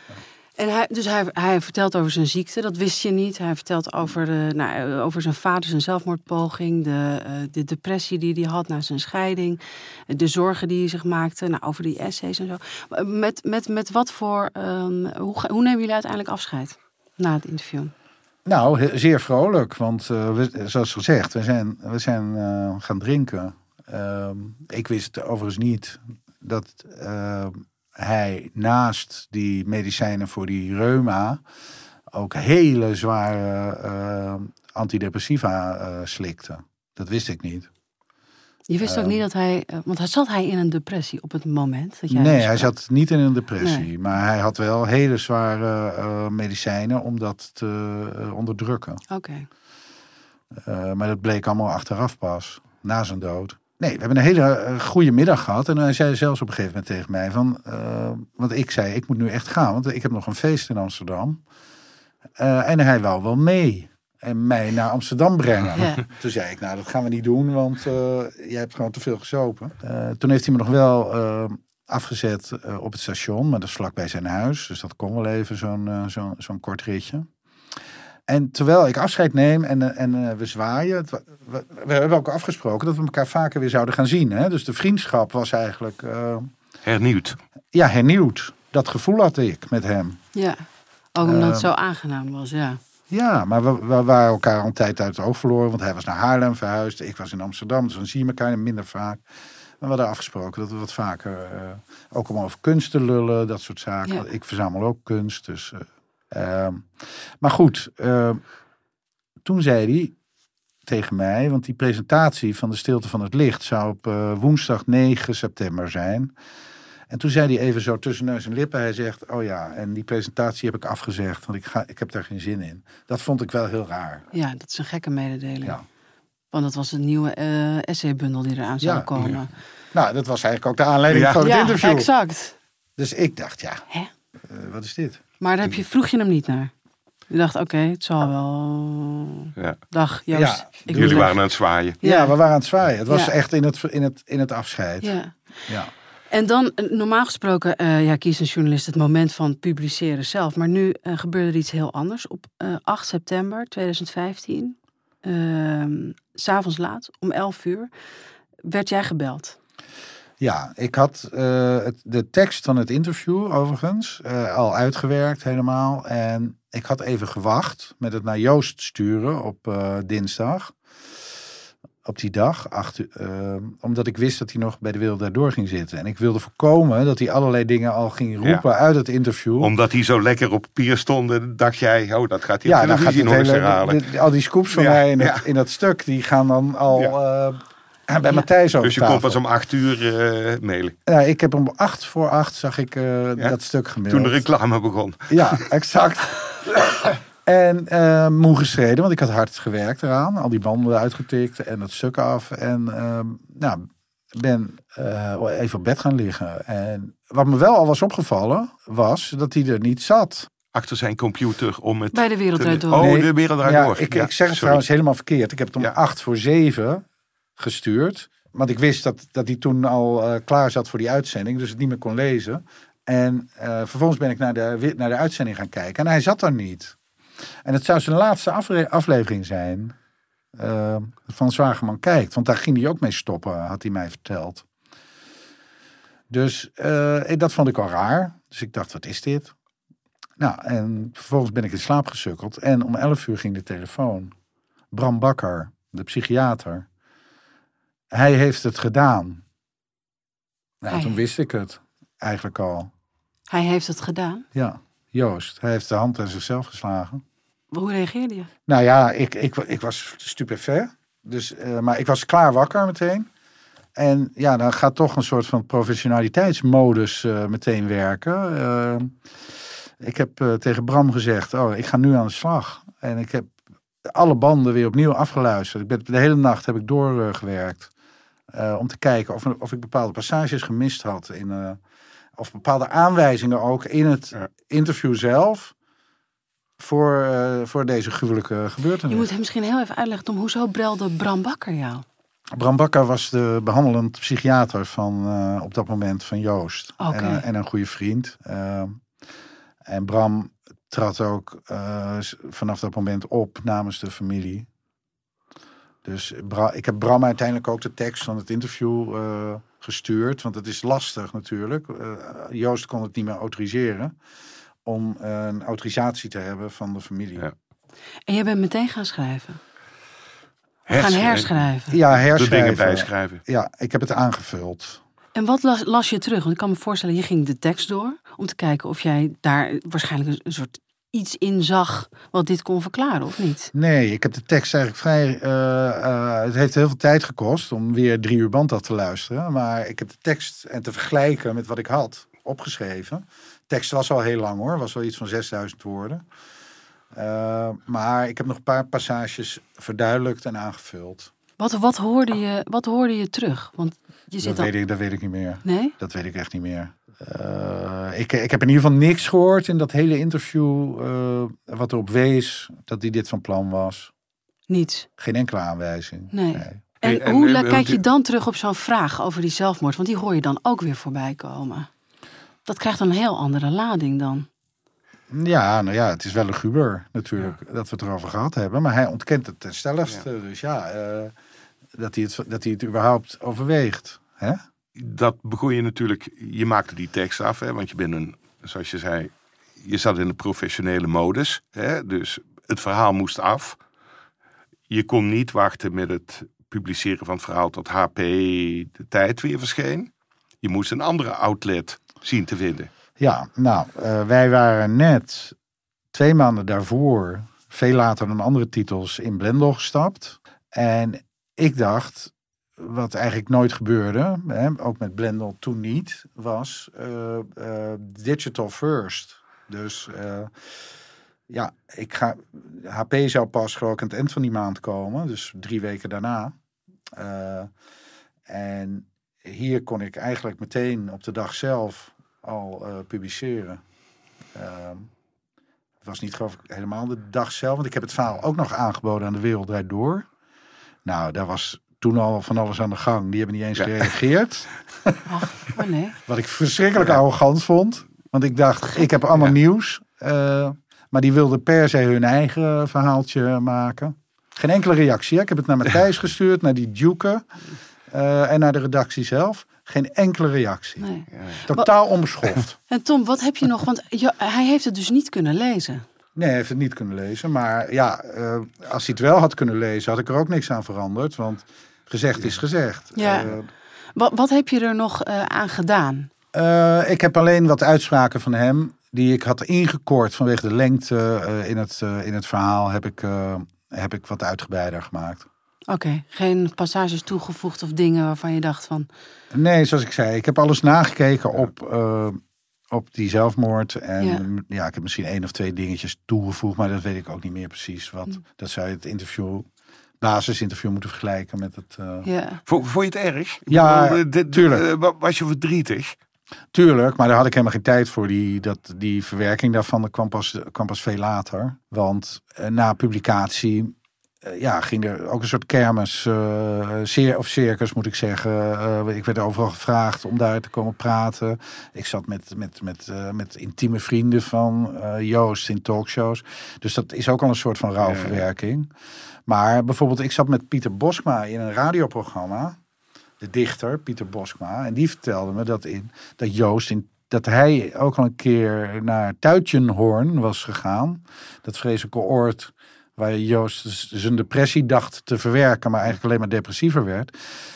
En hij, dus hij, hij vertelt over zijn ziekte, dat wist je niet. Hij vertelt over, de, nou, over zijn vader, zijn zelfmoordpoging, de, uh, de depressie die hij had na zijn scheiding, de zorgen die hij zich maakte, nou, over die essays en zo. Met, met, met wat voor, um, hoe, hoe nemen jullie uiteindelijk afscheid na het interview? Nou, zeer vrolijk, want uh, we, zoals gezegd, we zijn, we zijn uh, gaan drinken. Uh, ik wist overigens niet dat uh, hij naast die medicijnen voor die reuma ook hele zware uh, antidepressiva uh, slikte. Dat wist ik niet. Je wist ook um, niet dat hij... Want zat hij in een depressie op het moment dat jij... Nee, hij zat niet in een depressie. Nee. Maar hij had wel hele zware uh, medicijnen om dat te uh, onderdrukken. Oké. Okay. Uh, maar dat bleek allemaal achteraf pas, na zijn dood. Nee, we hebben een hele uh, goede middag gehad. En hij zei zelfs op een gegeven moment tegen mij van... Uh, want ik zei, ik moet nu echt gaan, want ik heb nog een feest in Amsterdam. Uh, en hij wou wel mee. En mij naar Amsterdam brengen. Ja. Toen zei ik, nou dat gaan we niet doen, want uh, jij hebt gewoon te veel gezopen. Uh, toen heeft hij me nog wel uh, afgezet uh, op het station, maar dat is vlakbij zijn huis. Dus dat kon wel even, zo'n, uh, zo'n, zo'n kort ritje. En terwijl ik afscheid neem en, en uh, we zwaaien. Het, we, we hebben ook afgesproken dat we elkaar vaker weer zouden gaan zien. Hè? Dus de vriendschap was eigenlijk... Uh, hernieuwd. Ja, hernieuwd. Dat gevoel had ik met hem. Ja, ook omdat uh, het zo aangenaam was, ja. Ja, maar we, we waren elkaar al een tijd uit het oog verloren. Want hij was naar Haarlem verhuisd. Ik was in Amsterdam, dus dan zie je elkaar minder vaak. Maar we hadden afgesproken dat we wat vaker... Uh, ook om over kunst te lullen, dat soort zaken. Ja. Ik verzamel ook kunst, dus... Uh, uh, maar goed, uh, toen zei hij tegen mij. Want die presentatie van De Stilte van het Licht zou op uh, woensdag negen september zijn. En toen zei hij even zo tussen neus en lippen. Hij zegt, oh ja, en die presentatie heb ik afgezegd. Want ik, ga, ik heb daar geen zin in. Dat vond ik wel heel raar. Ja, dat is een gekke mededeling. Ja. Want dat was een nieuwe uh, essaybundel die eraan zou Ja. komen. Ja. Nou, dat was eigenlijk ook de aanleiding Ja. van het Ja, interview. exact. Dus ik dacht, ja, Hè? uh, wat is dit? Maar daar heb je, vroeg je hem niet naar? Je dacht, oké, okay, het zal wel... Ja. Dag, Joost. Ja, ik moet Jullie weg. waren aan het zwaaien. Ja, Ja. we waren aan het zwaaien. Het was Ja. echt in het, in, het, in het afscheid. Ja. Ja. En dan, normaal gesproken, uh, ja, kiest een journalist het moment van publiceren zelf. Maar nu uh, gebeurde er iets heel anders. Op uh, acht september tweeduizend vijftien, uh, 's avonds laat, om elf uur, werd jij gebeld. Ja, ik had uh, het, de tekst van het interview overigens uh, al uitgewerkt helemaal. En ik had even gewacht met het naar Joost sturen op uh, dinsdag. Op die dag, acht, uh, omdat ik wist dat hij nog bij De Wereld Daardoor ging zitten. En ik wilde voorkomen dat hij allerlei dingen al ging roepen ja. uit het interview. Omdat hij zo lekker op papier stond, dacht jij, oh, dat gaat hij ja, op televisie nog eens herhalen. De, al die scoops van ja, mij in, ja. het, in dat stuk, die gaan dan al ja. uh, bij ja. Matthijs over Dus je kon pas om acht uur uh, mailen. Ja, ik heb om acht voor acht zag ik uh, ja. dat stuk gemaild. Toen de reclame begon. Ja, exact. En uh, moe gestreden, want ik had hard gewerkt eraan. Al die banden uitgetikt en het stuk af. En uh, nou, ben uh, even op bed gaan liggen. En wat me wel al was opgevallen, was dat hij er niet zat. Achter zijn computer om het... Bij De Wereld Daardoor. Oh, nee, De Wereld Daardoor. Ja, ik, ja, ik zeg het sorry. trouwens helemaal verkeerd. Ik heb het om ja. acht voor zeven gestuurd. Want ik wist dat, dat hij toen al uh, klaar zat voor die uitzending. Dus het niet meer kon lezen. En uh, vervolgens ben ik naar de, naar de uitzending gaan kijken. En hij zat daar niet. En het zou zijn laatste afre- aflevering zijn uh, van Zwageman Kijkt. Want daar ging hij ook mee stoppen, had hij mij verteld. Dus uh, dat vond ik al raar. Dus ik dacht, wat is dit? Nou, en vervolgens ben ik in slaap gesukkeld. En om elf uur ging de telefoon. Bram Bakker, de psychiater. Hij heeft het gedaan. Nou, hij. Toen wist ik het eigenlijk al. Hij heeft het gedaan? Ja, Joost. Hij heeft de hand aan zichzelf geslagen. Hoe reageerde je? Nou ja, ik, ik, ik was stupefait. Dus, uh, maar ik was klaar wakker meteen. En ja, dan gaat toch een soort van professionaliteitsmodus uh, meteen werken. Uh, ik heb uh, tegen Bram gezegd, oh, ik ga nu aan de slag. En ik heb alle banden weer opnieuw afgeluisterd. Ik ben, de hele nacht heb ik doorgewerkt. Uh, uh, om te kijken of, of ik bepaalde passages gemist had. In, uh, of bepaalde aanwijzingen ook in het ja. interview zelf. Voor, uh, voor deze gruwelijke gebeurtenis. Je moet hem misschien heel even uitleggen, Tom. Hoezo brelde Bram Bakker jou? Bram Bakker was de behandelend psychiater van uh, op dat moment van Joost. Okay. En, uh, en een goede vriend. Uh, en Bram trad ook uh, vanaf dat moment op namens de familie. Dus Bra- ik heb Bram uiteindelijk ook de tekst van het interview uh, gestuurd. Want het is lastig natuurlijk. Uh, Joost kon het niet meer autoriseren. Om uh, een autorisatie te hebben van de familie. Ja. En jij bent meteen gaan schrijven? Herschrijven. Gaan herschrijven? Ja, herschrijven. De dingen bijschrijven. Ja, ik heb het aangevuld. En wat las, las je terug? Want ik kan me voorstellen, je ging de tekst door. Om te kijken of jij daar waarschijnlijk een, een soort iets in zag wat dit kon verklaren, of niet? Nee, ik heb de tekst eigenlijk vrij... Uh, uh, het heeft heel veel tijd gekost om weer drie uur band af te luisteren. Maar ik heb de tekst en te vergelijken met wat ik had opgeschreven. De tekst was al heel lang hoor, was wel iets van zesduizend woorden. Uh, maar ik heb nog een paar passages verduidelijkt en aangevuld. Wat, wat, hoorde, je, wat hoorde je terug? Want je zit dat, al... weet ik, dat weet ik niet meer. Nee? Dat weet ik echt niet meer. Uh, ik, ik heb in ieder geval niks gehoord in dat hele interview uh, wat erop wees dat hij dit van plan was. Niets? Geen enkele aanwijzing. Nee. nee. En, en, en hoe en, kijk je dan terug op zo'n vraag over die zelfmoord? Want die hoor je dan ook weer voorbij komen. Dat krijgt een heel andere lading dan. Ja, nou ja, het is wel een luguber natuurlijk ja. dat we het erover gehad hebben. Maar hij ontkent het ten stelligste. Ja. Dus ja, uh, dat, hij het, dat hij het überhaupt overweegt. Hè? Dat begon je natuurlijk, je maakte die tekst af. Hè, want je bent een, zoals je zei, je zat in de professionele modus. Hè, dus het verhaal moest af. Je kon niet wachten met het publiceren van het verhaal tot H P de Tijd weer verscheen. Je moest een andere outlet zien te vinden. Ja, nou, uh, wij waren net twee maanden daarvoor, veel later dan andere titels, in Blendel gestapt. En ik dacht, wat eigenlijk nooit gebeurde, hè, ook met Blendel toen niet, was uh, uh, digital first. Dus uh, ja, ik ga, H P zou pas geloof ik aan het eind van die maand komen, dus drie weken daarna. Uh, en hier kon ik eigenlijk meteen op de dag zelf al uh, publiceren. Uh, het was niet geloof ik helemaal de dag zelf, want ik heb het verhaal ook nog aangeboden aan De Wereld Draait Door. Nou, daar was toen al van alles aan de gang. Die hebben niet eens ja. gereageerd. Ach, oh nee. Wat ik verschrikkelijk ja. arrogant vond. Want ik dacht, ik heb allemaal ja. nieuws. Uh, maar die wilden per se hun eigen verhaaltje maken. Geen enkele reactie. Hè? Ik heb het naar Matthijs gestuurd, naar die Duke. Uh, en naar de redactie zelf. Geen enkele reactie. Nee. Totaal wat, onbeschoft. En Tom, wat heb je nog? Want ja, hij heeft het dus niet kunnen lezen. Nee, hij heeft het niet kunnen lezen. Maar ja, uh, als hij het wel had kunnen lezen, had ik er ook niks aan veranderd. Want gezegd is gezegd. Ja. Uh, wat, wat heb je er nog uh, aan gedaan? Uh, ik heb alleen wat uitspraken van hem die ik had ingekort vanwege de lengte uh, in, het, uh, in het verhaal. Heb ik, uh, heb ik wat uitgebreider gemaakt. Oké, okay, geen passages toegevoegd of dingen waarvan je dacht van... Nee, zoals ik zei, ik heb alles nagekeken op, uh, op die zelfmoord. En ja. ja, ik heb misschien één of twee dingetjes toegevoegd, maar dat weet ik ook niet meer precies. Want hm. dat zou je het interview, basisinterview moeten vergelijken met het... Uh... Ja. Vond, vond je het erg? Ja, bedoel, de, de, tuurlijk. Uh, was je verdrietig? Tuurlijk, maar daar had ik helemaal geen tijd voor. Die, dat, die verwerking daarvan dat kwam, pas, kwam pas veel later. Want uh, na publicatie... Uh, ja, ging er ook een soort kermis, uh, cir- of circus moet ik zeggen. Uh, ik werd overal gevraagd om daar te komen praten. Ik zat met, met, met, uh, met intieme vrienden van uh, Joost in talkshows. Dus dat is ook al een soort van rouwverwerking. Maar bijvoorbeeld, ik zat met Pieter Boskma in een radioprogramma. De dichter, Pieter Boskma. En die vertelde me dat, in, dat Joost in dat hij ook al een keer naar Tuitjenhoorn was gegaan. Dat vreselijke oord waar Joost zijn depressie dacht te verwerken, maar eigenlijk alleen maar depressiever werd.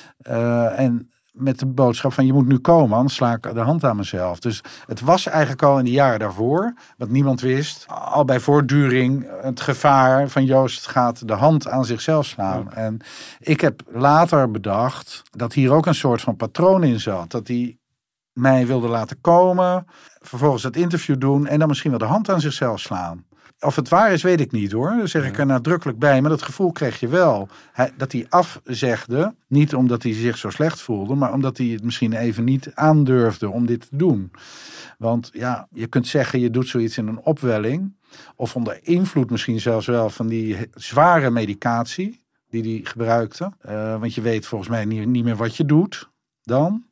Uh, en met de boodschap van je moet nu komen, anders sla ik de hand aan mezelf. Dus het was eigenlijk al in de jaren daarvoor, wat niemand wist, al bij voortduring het gevaar van Joost gaat de hand aan zichzelf slaan. Ja. En ik heb later bedacht dat hier ook een soort van patroon in zat. Dat hij mij wilde laten komen, vervolgens het interview doen en dan misschien wel de hand aan zichzelf slaan. Of het waar is, weet ik niet hoor. Dat zeg ik er nadrukkelijk bij. Maar dat gevoel kreeg je wel. Hij, dat hij afzegde. Niet omdat hij zich zo slecht voelde. Maar omdat hij het misschien even niet aandurfde om dit te doen. Want ja, je kunt zeggen je doet zoiets in een opwelling. Of onder invloed misschien zelfs wel van die zware medicatie. Die hij gebruikte. Uh, want je weet volgens mij niet, niet meer wat je doet dan.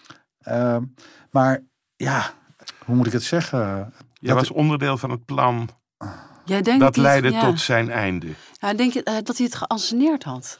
Uh, maar ja, hoe moet ik het zeggen? Jij was onderdeel van het plan... Jij denkt dat dat leidde het, ja. tot zijn einde. Ja, denk je uh, dat hij het geanceneerd had?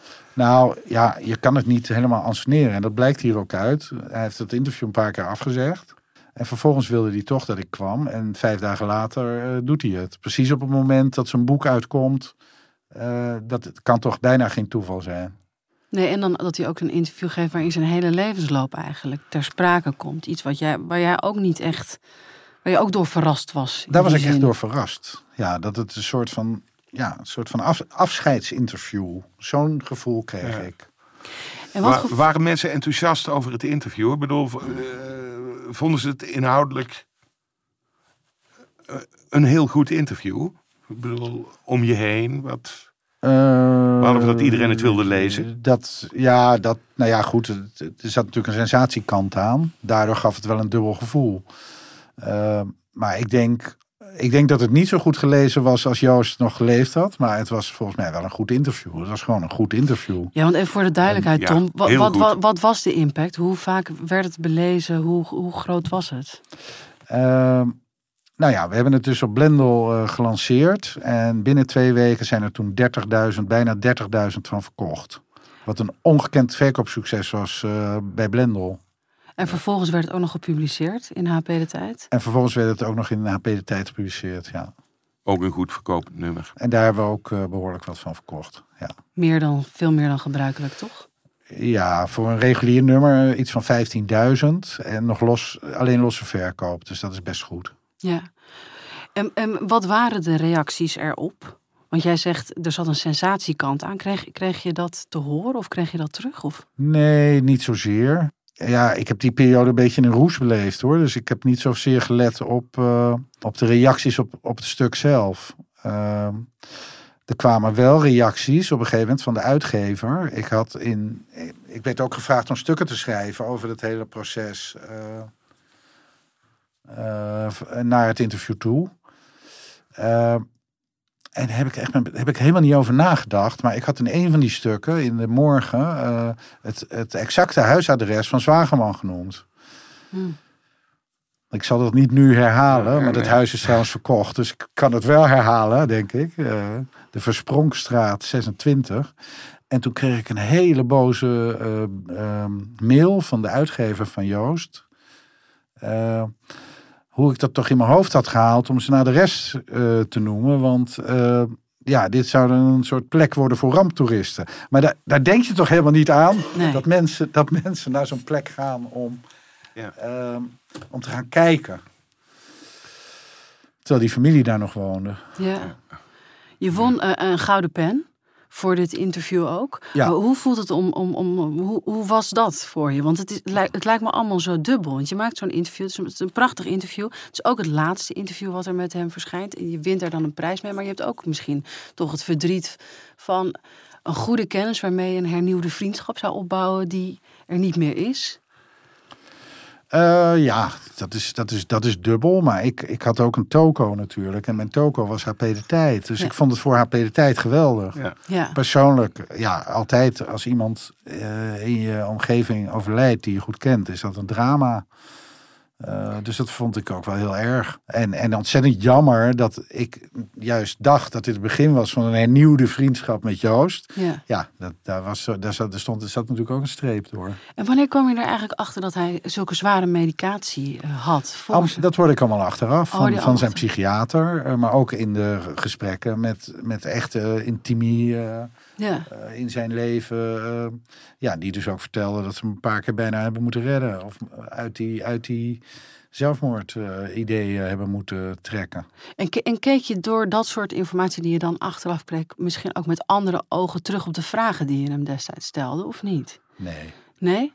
Nou ja, je kan het niet helemaal anseneren. En dat blijkt hier ook uit. Hij heeft het interview een paar keer afgezegd. En vervolgens wilde hij toch dat ik kwam. En vijf dagen later uh, doet hij het. Precies op het moment dat zijn boek uitkomt. Uh, dat het kan toch bijna geen toeval zijn. Nee, en dan dat hij ook een interview geeft waarin zijn hele levensloop eigenlijk ter sprake komt. Iets wat jij, waar jij ook niet echt... Waar je ook door verrast was. Daar was ik zin. echt door verrast. Ja, dat het een soort van, ja, een soort van af, afscheidsinterview. Zo'n gevoel kreeg ja. ik. En wat gevo- waren mensen enthousiast over het interview? Ik bedoel, uh, vonden ze het inhoudelijk uh, een heel goed interview? Ik bedoel, om je heen, wat... Uh, Behalve dat iedereen het wilde lezen. Dat, ja, dat, nou ja, goed. Er zat natuurlijk een sensatiekant aan. Daardoor gaf het wel een dubbel gevoel. Uh, maar ik denk, ik denk dat het niet zo goed gelezen was als Joost nog geleefd had. Maar het was volgens mij wel een goed interview. Het was gewoon een goed interview. Ja, want even voor de duidelijkheid, en, Tom. Ja, wat, wat, wat, wat was de impact? Hoe vaak werd het belezen? Hoe, hoe groot was het? Uh, nou ja, we hebben het dus op Blendel uh, gelanceerd. En binnen twee weken zijn er toen dertigduizend, bijna dertigduizend van verkocht. Wat een ongekend verkoopsucces was uh, bij Blendel. En vervolgens werd het ook nog gepubliceerd in H P De Tijd? En vervolgens werd het ook nog in H P De Tijd gepubliceerd, ja. Ook een goed verkopend nummer. En daar hebben we ook uh, behoorlijk wat van verkocht, ja. Meer dan, veel meer dan gebruikelijk, toch? Ja, voor een regulier nummer iets van vijftienduizend. En nog los, alleen losse verkoop, dus dat is best goed. Ja. En, en wat waren de reacties erop? Want jij zegt, er zat een sensatiekant aan. Kreeg, kreeg je dat te horen of kreeg je dat terug? Of? Nee, niet zozeer. Ja, ik heb die periode een beetje in een roes beleefd hoor. Dus ik heb niet zozeer gelet op, uh, op de reacties op, op het stuk zelf. Uh, er kwamen wel reacties op een gegeven moment van de uitgever. Ik had in, ik werd ook gevraagd om stukken te schrijven over het hele proces uh, uh, naar het interview toe. Uh, En daar heb ik, echt, heb ik helemaal niet over nagedacht. Maar ik had in een van die stukken in de morgen uh, het, het exacte huisadres van Zwageman genoemd. Hmm. Ik zal dat niet nu herhalen, ja, maar dat nee. huis is trouwens verkocht. Dus ik kan het wel herhalen, denk ik. Uh, de Verspronkstraat zesentwintig. En toen kreeg ik een hele boze uh, uh, mail van de uitgever van Joost. Uh, Hoe ik dat toch in mijn hoofd had gehaald om ze naar de rest uh, te noemen. Want uh, ja, dit zou een soort plek worden voor ramptoeristen. Maar da- daar denk je toch helemaal niet aan. Nee. Dat, mensen, dat mensen naar zo'n plek gaan om, ja. uh, om te gaan kijken. Terwijl die familie daar nog woonde. Ja. Je won uh, een gouden pen. Voor dit interview ook. Ja. Hoe voelt het om, om, om hoe, hoe was dat voor je? Want het, is, het lijkt me allemaal zo dubbel. Want je maakt zo'n interview, het is, een, het is een prachtig interview. Het is ook het laatste interview wat er met hem verschijnt. En je wint daar dan een prijs mee. Maar je hebt ook misschien toch het verdriet van een goede kennis waarmee je een hernieuwde vriendschap zou opbouwen die er niet meer is. Uh, ja, dat is, dat, is, dat is dubbel. Maar ik, ik had ook een toko natuurlijk. En mijn toko was H P de Tijd. Dus ja. ik vond het voor H P de Tijd geweldig. Ja. Ja. Persoonlijk, ja, altijd als iemand uh, in je omgeving overlijdt die je goed kent, is dat een drama. Uh, dus dat vond ik ook wel heel erg. En, en ontzettend jammer dat ik juist dacht dat dit het begin was van een hernieuwde vriendschap met Joost. Ja, ja dat, daar, was, daar, zat, daar stond, er zat natuurlijk ook een streep door. En wanneer kwam je er eigenlijk achter dat hij zulke zware medicatie uh, had? Am, dat hoorde ik allemaal achteraf van, oh, van zijn psychiater. Uh, maar ook in de gesprekken met, met echte intimie uh, ja. uh, in zijn leven. Uh, ja, die dus ook vertelde dat ze hem een paar keer bijna hebben moeten redden. Of uit die... Uit die zelfmoordideeën uh, hebben moeten trekken. En, ke- en keek je door dat soort informatie die je dan achteraf kreeg, misschien ook met andere ogen terug op de vragen die je hem destijds stelde, of niet? Nee. Nee?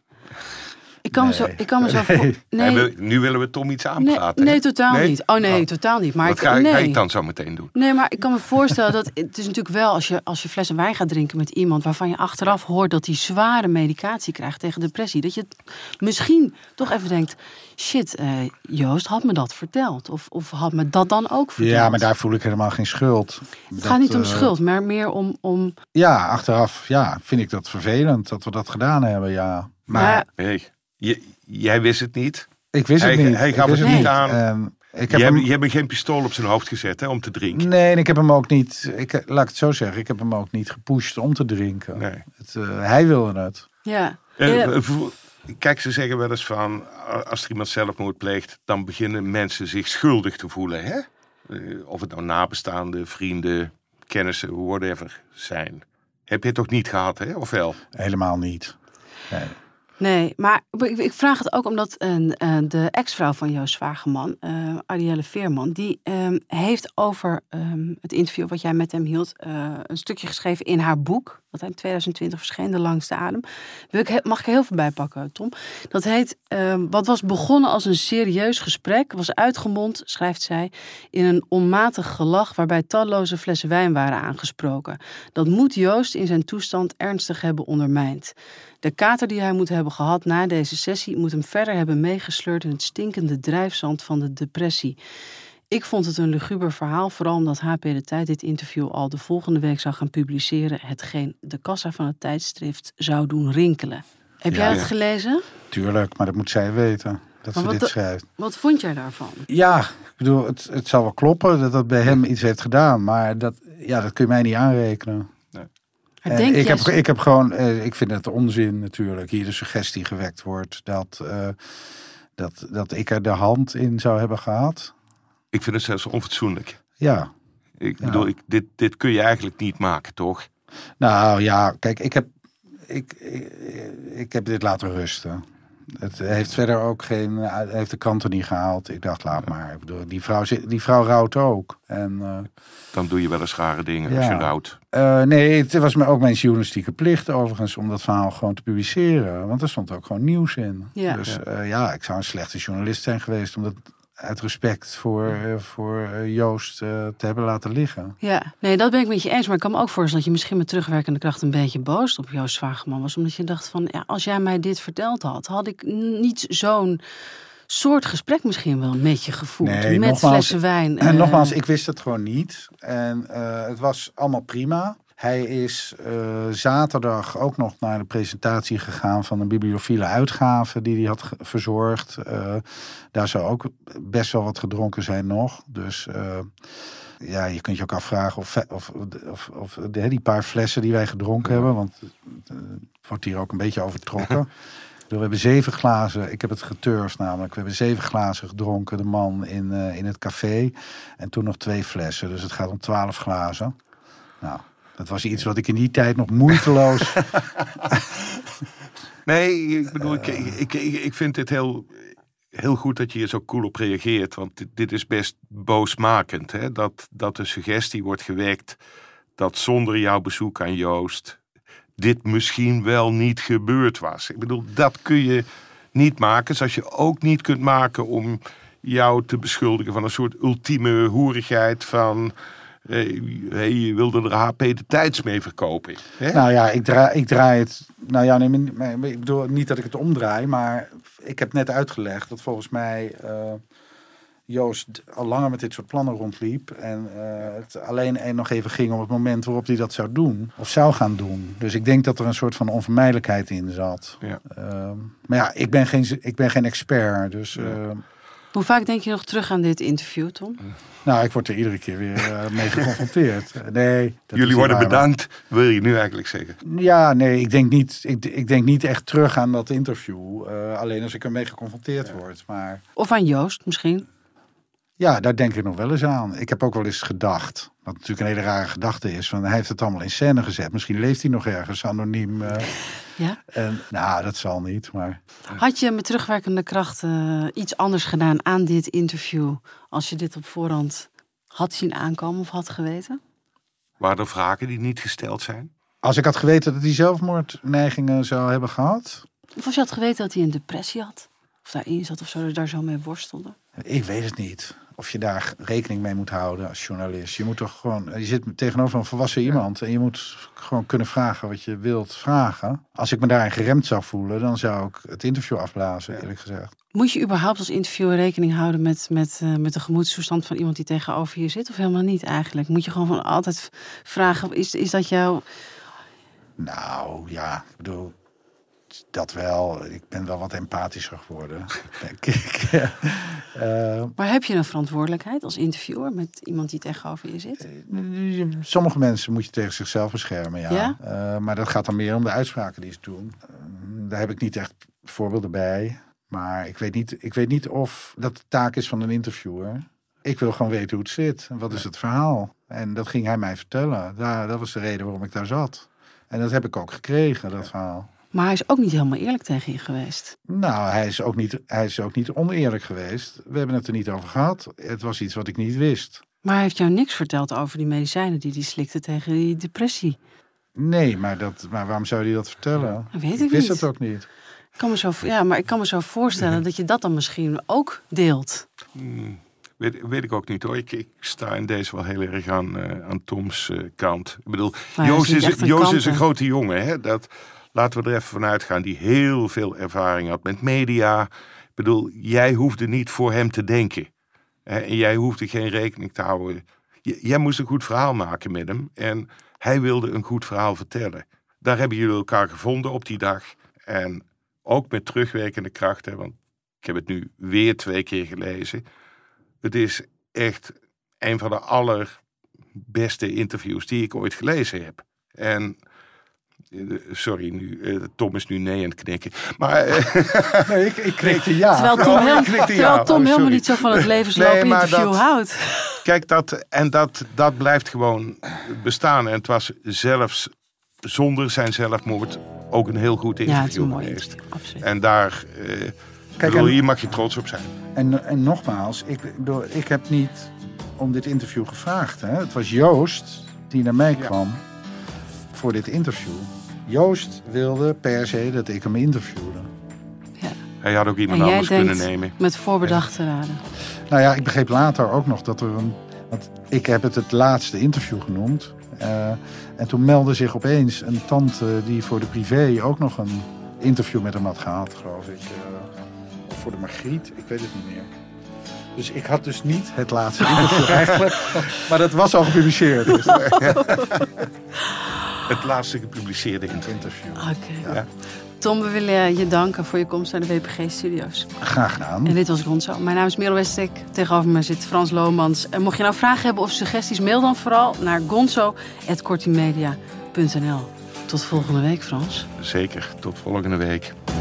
Ik kan, nee. me, zo, ik kan me zo voor... Nee. Nee, wil, nu willen we Tom iets aanpraten. Nee, nee totaal nee? niet. Oh nee, oh. totaal niet. Maar dat ik, ga, nee. ga ik dan zo meteen doen. Nee, maar ik kan me voorstellen dat... Het is natuurlijk wel als je, als je flessen wijn gaat drinken met iemand waarvan je achteraf hoort dat hij zware medicatie krijgt tegen depressie. Dat je misschien toch even denkt, shit, uh, Joost had me dat verteld. Of, of had me dat dan ook verteld. Ja, maar daar voel ik helemaal geen schuld. Het dat, gaat niet om uh, schuld, maar meer om, om... Ja, achteraf ja, vind ik dat vervelend dat we dat gedaan hebben, ja. Maar... maar hey, je, jij wist het niet. Ik wist het hij, niet. Hij gaf het het niet aan. Um, ik heb je, hem... hebt, je hebt geen pistool op zijn hoofd gezet hè, om te drinken. Nee, en ik heb hem ook niet... Ik, laat ik het zo zeggen. Ik heb hem ook niet gepusht om te drinken. Nee. Het, uh, hij wilde het. Ja. Uh, kijk, ze zeggen wel eens van... Als er iemand zelfmoord pleegt... dan beginnen mensen zich schuldig te voelen. Hè? Uh, of het nou nabestaanden, vrienden, kennissen, whatever zijn. Heb je het toch niet gehad, hè? Of wel? Helemaal niet. Nee. Nee, maar ik vraag het ook omdat uh, de ex-vrouw van Joost Zwageman, uh, Arielle Veerman, die um, heeft over um, het interview wat jij met hem hield, uh, een stukje geschreven in haar boek, dat in tweeduizend twintig verscheen, De Langste Adem. Wil ik, mag ik er heel veel bij pakken, Tom? Dat heet, uh, wat was begonnen als een serieus gesprek, was uitgemond, schrijft zij, in een onmatig gelach waarbij talloze flessen wijn waren aangesproken. Dat moet Joost in zijn toestand ernstig hebben ondermijnd. De kater die hij moet hebben gehad na deze sessie moet hem verder hebben meegesleurd in het stinkende drijfzand van de depressie. Ik vond het een luguber verhaal, vooral omdat H P de Tijd dit interview al de volgende week zou gaan publiceren, hetgeen de kassa van het tijdschrift zou doen rinkelen. Heb ja, jij het ja. gelezen? Tuurlijk, maar dat moet zij weten, dat maar ze dit de, schrijft. Wat vond jij daarvan? Ja, ik bedoel, het, het zal wel kloppen dat dat bij hem iets heeft gedaan, maar dat, ja, dat kun je mij niet aanrekenen. En ik, heb, ik heb gewoon, ik vind het onzin natuurlijk, hier de suggestie gewekt wordt dat, uh, dat, dat ik er de hand in zou hebben gehad. Ik vind het zelfs onfatsoenlijk. Ja. Ik ja. bedoel, ik, dit, dit kun je eigenlijk niet maken, toch? Nou ja, kijk, ik heb, ik, ik, ik heb dit laten rusten. Het heeft verder ook geen... heeft de kranten niet gehaald. Ik dacht, laat maar. Ik bedoel, die, vrouw, die vrouw rouwt ook. En, uh, Dan doe je wel eens rare dingen ja. als je rouwt. Uh, nee, het was me ook mijn journalistieke plicht overigens... om dat verhaal gewoon te publiceren. Want er stond ook gewoon nieuws in. Ja. Dus uh, ja, ik zou een slechte journalist zijn geweest... omdat uit respect voor, uh, voor uh, Joost uh, te hebben laten liggen. Ja, nee, dat ben ik met je eens. Maar ik kan me ook voorstellen dat je misschien met terugwerkende kracht een beetje boos op Joost Zwageman was. Omdat je dacht van, ja, als jij mij dit verteld had, had ik niet zo'n soort gesprek misschien wel met je gevoeld. Nee, met nogmaals, flessen wijn. En uh, nogmaals, ik wist het gewoon niet. En uh, het was allemaal prima. Hij is uh, zaterdag ook nog naar de presentatie gegaan van een bibliophile uitgave die hij had ge- verzorgd. Uh, daar zou ook best wel wat gedronken zijn nog. Dus uh, ja, je kunt je ook afvragen of, of, of, of de, die paar flessen die wij gedronken hebben, want het uh, wordt hier ook een beetje overtrokken. We hebben zeven glazen, ik heb het geturfd namelijk, we hebben zeven glazen gedronken, de man in, uh, in het café. En toen nog twee flessen, dus het gaat om twaalf glazen. Nou... Dat was iets wat ik in die tijd nog moeiteloos... Nee, ik bedoel, ik, ik, ik, ik vind het heel, heel goed dat je hier zo cool op reageert. Want dit, dit is best boosmakend. Hè? Dat, dat de suggestie wordt gewekt dat zonder jouw bezoek aan Joost... dit misschien wel niet gebeurd was. Ik bedoel, dat kun je niet maken. Zoals je ook niet kunt maken om jou te beschuldigen van een soort ultieme hoerigheid van... Hey, je wilde er H P de Tijds mee verkopen. Hè? Nou ja, ik draai, ik draai het... Nou ja, nee, ik bedoel niet dat ik het omdraai, maar ik heb net uitgelegd dat volgens mij uh, Joost al langer met dit soort plannen rondliep. En uh, het alleen nog even ging om het moment waarop hij dat zou doen. Of zou gaan doen. Dus ik denk dat er een soort van onvermijdelijkheid in zat. Ja. Uh, maar ja, ik ben geen, ik ben geen expert, dus... Uh, Hoe vaak denk je nog terug aan dit interview, Tom? Nou, ik word er iedere keer weer uh, mee geconfronteerd. Nee, dat Jullie worden bedankt, wil je nu eigenlijk zeggen? Ja, nee, ik denk niet, ik, ik denk niet echt terug aan dat interview. Uh, alleen als ik ermee geconfronteerd ja. word. Maar... Of aan Joost misschien? Ja, daar denk ik nog wel eens aan. Ik heb ook wel eens gedacht, wat natuurlijk een hele rare gedachte is... van hij heeft het allemaal in scène gezet. Misschien leeft hij nog ergens anoniem. Uh, ja? En, nou, dat zal niet, maar... Had je met terugwerkende kracht uh, iets anders gedaan aan dit interview... als je dit op voorhand had zien aankomen of had geweten? Waren er vragen die niet gesteld zijn? Als ik had geweten dat hij zelfmoordneigingen zou hebben gehad... Of als je had geweten dat hij een depressie had? Of daarin zat of zo, daar zo mee worstelde? Ik weet het niet. Of je daar rekening mee moet houden als journalist. Je moet toch gewoon... Je zit tegenover een volwassen iemand... en je moet gewoon kunnen vragen wat je wilt vragen. Als ik me daarin geremd zou voelen... dan zou ik het interview afblazen, eerlijk gezegd. Moet je überhaupt als interviewer rekening houden... met, met, uh, met de gemoedstoestand van iemand die tegenover je zit? Of helemaal niet eigenlijk? Moet je gewoon van altijd vragen... Is, is dat jouw... Nou, ja, ik bedoel... Dat wel. Ik ben wel wat empathischer geworden, denk ik. uh, maar heb je een verantwoordelijkheid als interviewer met iemand die tegenover je zit? Uh, sommige mensen moet je tegen zichzelf beschermen, ja. ja? Uh, maar dat gaat dan meer om de uitspraken die ze doen. Uh, daar heb ik niet echt voorbeelden bij. Maar ik weet niet, ik weet niet of dat de taak is van een interviewer. Ik wil gewoon weten hoe het zit. Wat is het verhaal? En dat ging hij mij vertellen. Daar, dat was de reden waarom ik daar zat. En dat heb ik ook gekregen, dat verhaal. Maar hij is ook niet helemaal eerlijk tegen je geweest. Nou, hij is, ook niet, hij is ook niet oneerlijk geweest. We hebben het er niet over gehad. Het was iets wat ik niet wist. Maar hij heeft jou niks verteld over die medicijnen die hij slikte tegen die depressie. Nee, maar, dat, maar waarom zou hij dat vertellen? Dat weet ik, ik wist niet. het ook niet. Ik kan me zo, ja, maar ik kan me zo voorstellen ja. dat je dat dan misschien ook deelt. Hmm. Weet, weet ik ook niet hoor. Ik, ik sta in deze wel heel erg aan, uh, aan Toms uh, kant. Ik bedoel, maar Joost, is, is, Joost kant, is een grote jongen. Hè? Dat, laten we er even vanuit gaan. Die heel veel ervaring had met media. Ik bedoel, jij hoefde niet voor hem te denken. Hè? En jij hoefde geen rekening te houden. J- jij moest een goed verhaal maken met hem. En hij wilde een goed verhaal vertellen. Daar hebben jullie elkaar gevonden op die dag. En ook met terugwerkende krachten. Want ik heb het nu weer twee keer gelezen. Het is echt een van de allerbeste interviews die ik ooit gelezen heb. En, sorry, nu, uh, Tom is nu nee aan het knikken. Maar, uh, nee, ik, ik knikte ja. Terwijl Tom, oh, heel, knikte terwijl ja. Tom oh, helemaal niet zo van het levensloop-interview nee, dat, houdt. Kijk, dat, en dat, dat blijft gewoon bestaan. En het was zelfs zonder zijn zelfmoord ook een heel goed Ja, het is interview een mooi geweest. interview, absoluut. En daar, uh, Kijk, bedoel, en- hier mag je trots op zijn. En, en nogmaals, ik, bedoel, ik heb niet om dit interview gevraagd. Hè? Het was Joost die naar mij kwam voor dit interview. Joost wilde per se dat ik hem interviewde. Hij had ook iemand En jij anders denkt kunnen nemen. met voorbedachte raden. Nou ja, ik begreep later ook nog dat er een... Want ik heb het het laatste interview genoemd. Uh, en toen meldde zich opeens een tante die voor de privé ook nog een interview met hem had gehad, geloof ik. Uh, of voor de Margriet, ik weet het niet meer. Dus ik had dus niet het laatste interview eigenlijk. Maar dat was al gepubliceerd. Dus, Het laatste gepubliceerde interview. interview. Oké. Ja. Tom, we willen je danken voor je komst naar de W P G-studio's. Graag gedaan. En dit was Gonzo. Mijn naam is Merel Westek. Tegenover me zit Frans Lomans. En mocht je nou vragen hebben of suggesties, mail dan vooral naar gonzo at kortimedia punt n l. Tot volgende week, Frans. Zeker, tot volgende week.